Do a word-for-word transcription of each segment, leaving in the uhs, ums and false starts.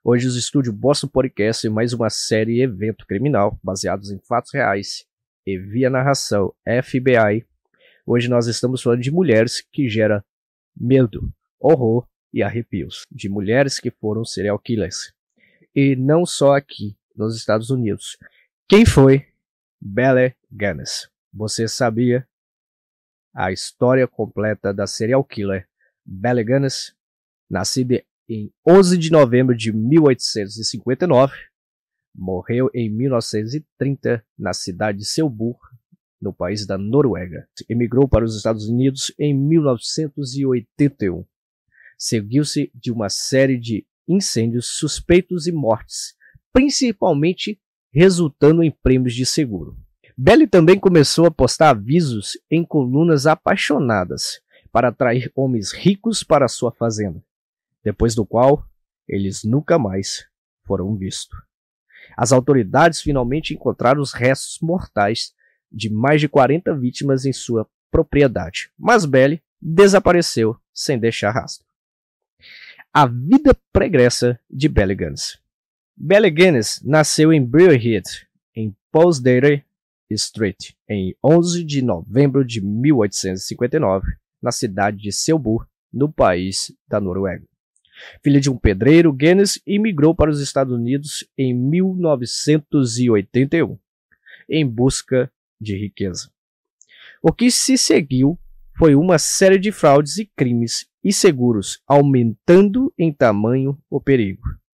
Hoje os estúdios Boston Podcast e mais uma série evento criminal baseados em fatos reais e via narração F B I. Hoje nós estamos falando de mulheres que geram medo, horror e arrepios. De mulheres que foram serial killers. E não só aqui nos Estados Unidos. Quem foi Belle Gunness? Você sabia a história completa da serial killer Belle Gunness? Nascida em onze de novembro de mil oitocentos e cinquenta e nove, morreu em mil novecentos e trinta na cidade de Selbury, no país da Noruega. Emigrou para os Estados Unidos em mil novecentos e oitenta e um. Seguiu-se de uma série de incêndios suspeitos e mortes, principalmente resultando em prêmios de seguro. Belle também começou a postar avisos em colunas apaixonadas para atrair homens ricos para sua fazenda, depois do qual eles nunca mais foram vistos. As autoridades finalmente encontraram os restos mortais de mais de quarenta vítimas em sua propriedade, mas Belle desapareceu sem deixar rastro. A vida pregressa de Belle Gunness. Belle Gunness nasceu em Briarhead, em Paulsdale Street, em onze de novembro de mil oitocentos e cinquenta e nove, na cidade de Selbury, no país da Noruega. Filha de um pedreiro, Gunness imigrou para os Estados Unidos em mil novecentos e oitenta e um, em busca de riqueza. O que se seguiu foi uma série de fraudes e crimes e seguros, aumentando em tamanho o perigo.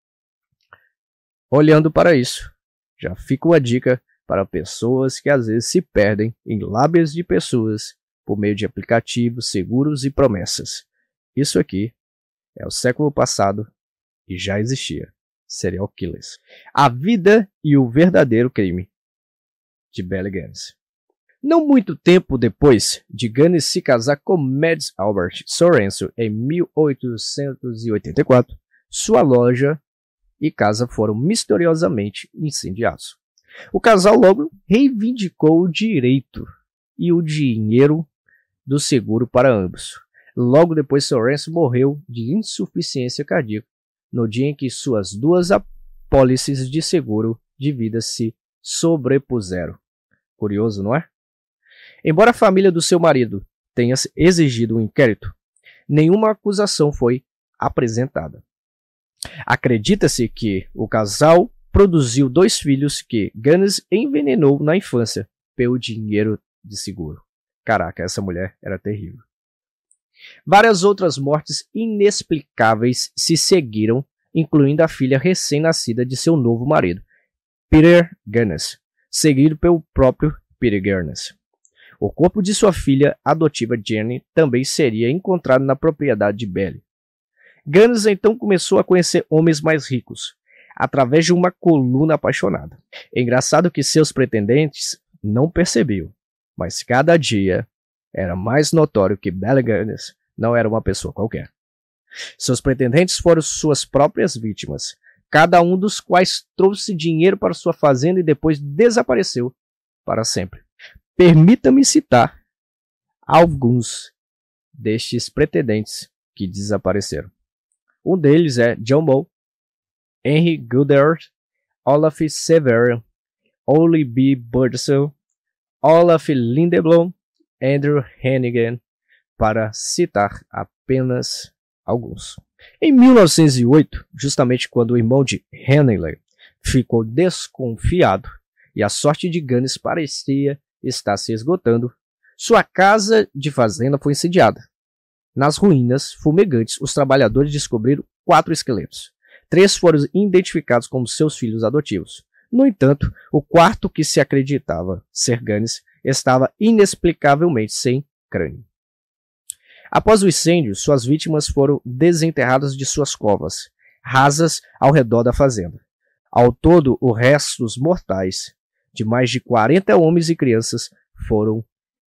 Olhando para isso, já fica uma dica para pessoas que às vezes se perdem em lábias de pessoas por meio de aplicativos seguros e promessas. Isso aqui é o século passado e já existia serial killers. A vida e o verdadeiro crime de Belle Gunness. Não muito tempo depois de Gunness se casar com Mads Albert Sorensen em mil oitocentos e oitenta e quatro, sua loja e casa foram misteriosamente incendiados. O casal logo reivindicou o direito e o dinheiro do seguro para ambos. Logo depois, Sorensen morreu de insuficiência cardíaca no dia em que suas duas apólices de seguro de vida se sobrepuseram. Curioso, não é? Embora a família do seu marido tenha exigido um inquérito, nenhuma acusação foi apresentada. Acredita-se que o casal produziu dois filhos que Gunness envenenou na infância pelo dinheiro de seguro. Caraca, essa mulher era terrível. Várias outras mortes inexplicáveis se seguiram, incluindo a filha recém-nascida de seu novo marido, Peter Gunness, seguido pelo próprio Peter Gunness. O corpo de sua filha adotiva Jenny também seria encontrado na propriedade de Belle. Gunness então começou a conhecer homens mais ricos, através de uma coluna apaixonada. É engraçado que seus pretendentes não percebiam, mas cada dia era mais notório que Belle Gunness não era uma pessoa qualquer. Seus pretendentes foram suas próprias vítimas, cada um dos quais trouxe dinheiro para sua fazenda e depois desapareceu para sempre. Permita-me citar alguns destes pretendentes que desapareceram. Um deles é John Moe, Henry Goddard, Olaf Severian, Ole B. Birdsell, Olaf Lindeblom, Andrew Hannigan, para citar apenas alguns. Em mil novecentos e oito, justamente quando o irmão de Hannigan ficou desconfiado e a sorte de Gunness parecia estar se esgotando, sua casa de fazenda foi incendiada. Nas ruínas fumegantes, os trabalhadores descobriram quatro esqueletos. Três foram identificados como seus filhos adotivos. No entanto, o quarto, que se acreditava ser Gunness, estava inexplicavelmente sem crânio. Após o incêndio, suas vítimas foram desenterradas de suas covas, rasas ao redor da fazenda. Ao todo, os restos mortais de mais de quarenta homens e crianças foram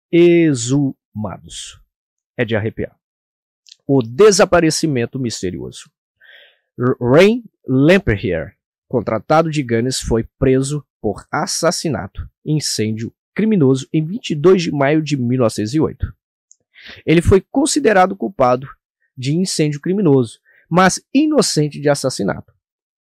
exumados. É de arrepiar. O desaparecimento misterioso. Ray Lemperhier, contratado de Gunness, foi preso por assassinato e incêndio criminoso em vinte e dois de maio de mil novecentos e oito. Ele foi considerado culpado de incêndio criminoso, mas inocente de assassinato.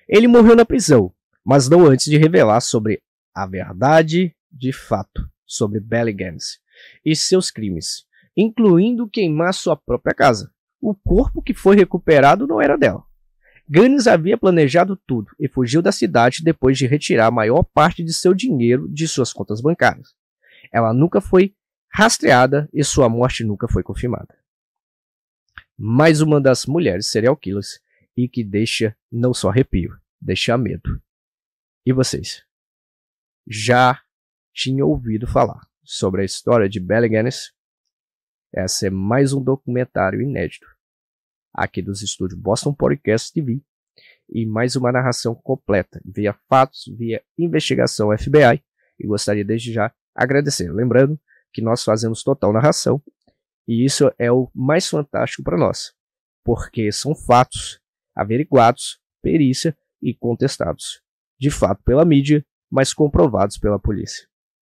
Ele morreu na prisão, mas não antes de revelar sobre a verdade de fato sobre Belly Gaines e seus crimes, incluindo queimar sua própria casa. O corpo que foi recuperado não era dela. Gaines havia planejado tudo e fugiu da cidade depois de retirar a maior parte de seu dinheiro de suas contas bancárias. Ela nunca foi rastreada e sua morte nunca foi confirmada. Mais uma das mulheres serial killers e que deixa não só arrepio, deixa medo. E vocês? Já tinham ouvido falar sobre a história de Belly Gaines? Essa é mais um documentário inédito aqui dos estúdios Boston Podcast T V e mais uma narração completa via fatos, via investigação F B I, e gostaria desde já agradecer, lembrando que nós fazemos total narração e isso é o mais fantástico para nós, porque são fatos averiguados, perícia e contestados, de fato pela mídia, mas comprovados pela polícia.